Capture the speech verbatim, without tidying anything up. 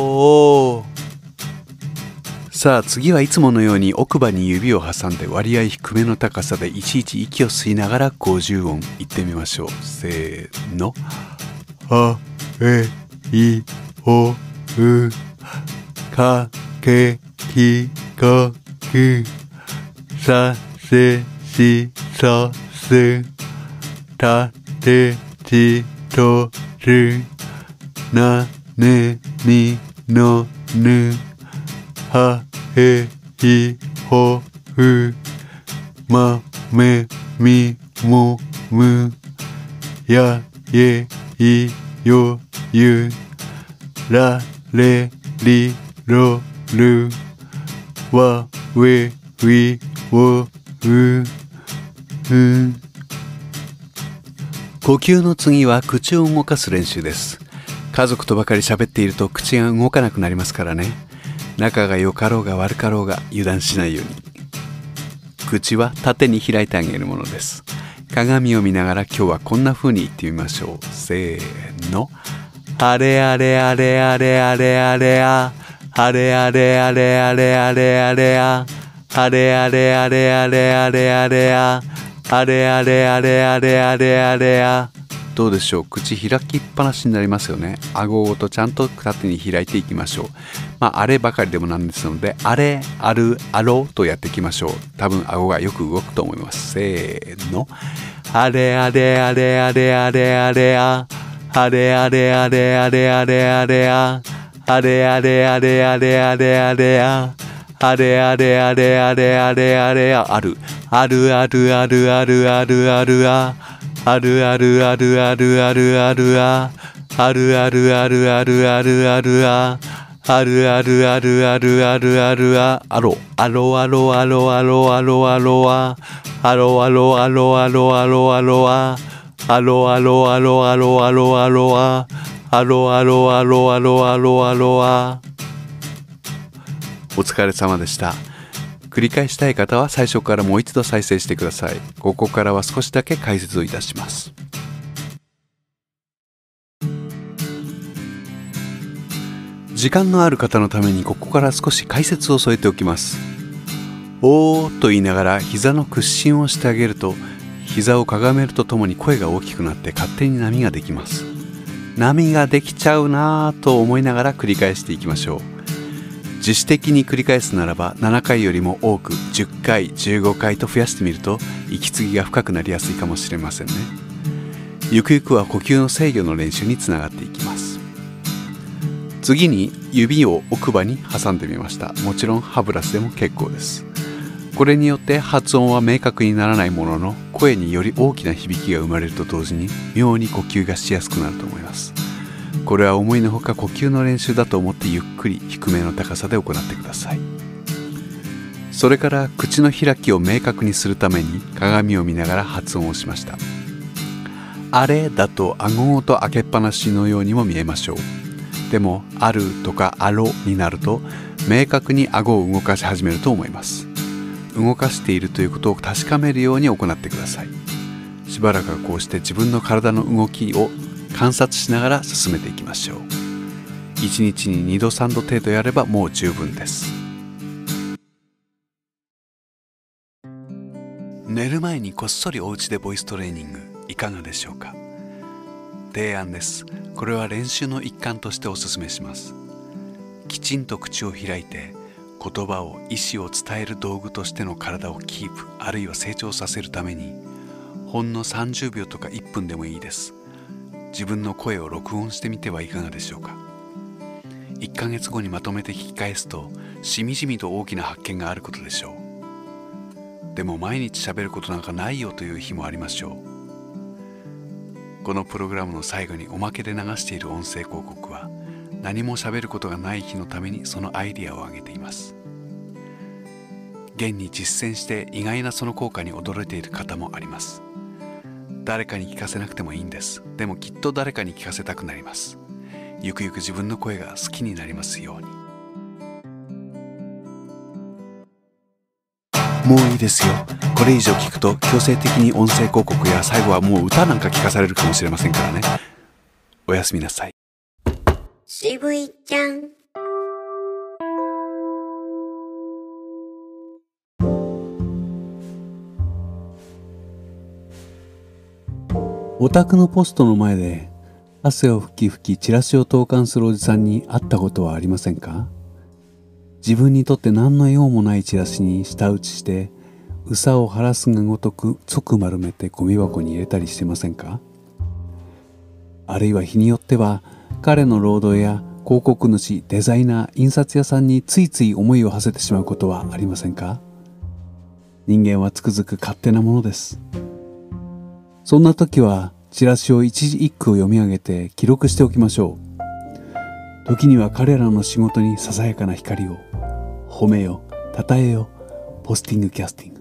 おー。さあ次はいつものように奥歯に指を挟んで割合低めの高さでいちいち息を吸いながらごじゅう音言ってみましょう。せーの。あえいおうかけきこくさせしそすたてちとるなねにのぬはへいほうまめみもむやえいよゆられりろるわwe we woうう。呼吸の次は口を動かす練習です。家族とばかり喋っていると口が動かなくなりますからね。仲が良かろうが悪かろうが油断しないように。口は縦に開いてあげるものです。鏡を見ながら今日はこんな風に言ってみましょう。せーの。あれあれあれあれあれあれああれあれあれあれあれあれああれあれあれあれあれあれああれあれあれあれあれあれあ。どうでしょう。口開きっぱなしになりますよね。顎ごとちゃんと縦に開いていきましょう。まああればかりでもなんですので、あれあるあろうとやっていきましょう。多分顎がよく動くと思います。せーの。あれあれあれあれあれあれああれあれあれあれあれあれああれあれあれあれあれあれああれあれあれあれあれあれああるあるあるあるあるあるあるああるあるあるあるあるあるああるあるあるあるあるあるああるあるあるあるあるあるああろあろあろあろあろあろあろああろあろあろあろあろあろあアロアロアロアロアロアロアアロアロアロアロアロアロア。お疲れ様でした。繰り返したい方は最初からもう一度再生してください。ここからは少しだけ解説をいたします。時間のある方のためにここから少し解説を添えておきます。おーと言いながら膝の屈伸をしてあげると、膝をかがめるとともに声が大きくなって勝手に波ができます。波ができちゃうなぁと思いながら繰り返していきましょう。自主的に繰り返すならばななかいよりも多くじゅっかい、じゅうごかいと増やしてみると息継ぎが深くなりやすいかもしれませんね。ゆくゆくは呼吸の制御の練習につながっていきます。次に指を奥歯に挟んでみました。もちろん歯ブラシでも結構です。これによって発音は明確にならないものの、声により大きな響きが生まれると同時に妙に呼吸がしやすくなると思います。これは思いのほか呼吸の練習だと思ってゆっくり低めの高さで行ってください。それから口の開きを明確にするために鏡を見ながら発音をしました。あれだと顎ごと開けっぱなしのようにも見えましょう。でもあるとかあろになると明確に顎を動かし始めると思います。動かしているということを確かめるように行ってください。しばらくはこうして自分の体の動きを観察しながら進めていきましょう。 いちにちににどさんど程度やればもう十分です。寝る前にこっそりお家でボイストレーニングいかがでしょうか。提案です。これは練習の一環としてお勧めします。きちんと口を開いて言葉を意思を伝える道具としての体をキープあるいは成長させるためにほんのさんじゅうびょうとかいっぷんでもいいです。自分の声を録音してみてはいかがでしょうか。いっかげつごにまとめて聞き返すとしみじみと大きな発見があることでしょう。でも毎日喋ることなんかないよという日もありましょう。このプログラムの最後におまけで流している音声広告は何も喋ることがない日のためにそのアイディアを挙げています。現に実践して意外なその効果に驚いている方もあります。誰かに聞かせなくてもいいんです。でもきっと誰かに聞かせたくなります。ゆくゆく自分の声が好きになりますように。もういいですよ。これ以上聞くと強制的に音声広告や最後はもう歌なんか聞かされるかもしれませんからね。おやすみなさい。 渋いちゃん。 お宅のポストの前で汗をふきふきチラシを投函するおじさんに会ったことはありませんか。自分にとって何の用もないチラシに舌打ちしてうさを晴らすがごとく即丸めてゴミ箱に入れたりしてませんか。あるいは日によっては彼の労働や広告主、デザイナー、印刷屋さんについつい思いを馳せてしまうことはありませんか。人間はつくづく勝手なものです。そんな時はチラシを一字一句を読み上げて記録しておきましょう。時には彼らの仕事にささやかな光を。褒めよ、たたえよ、ポスティングキャスティング。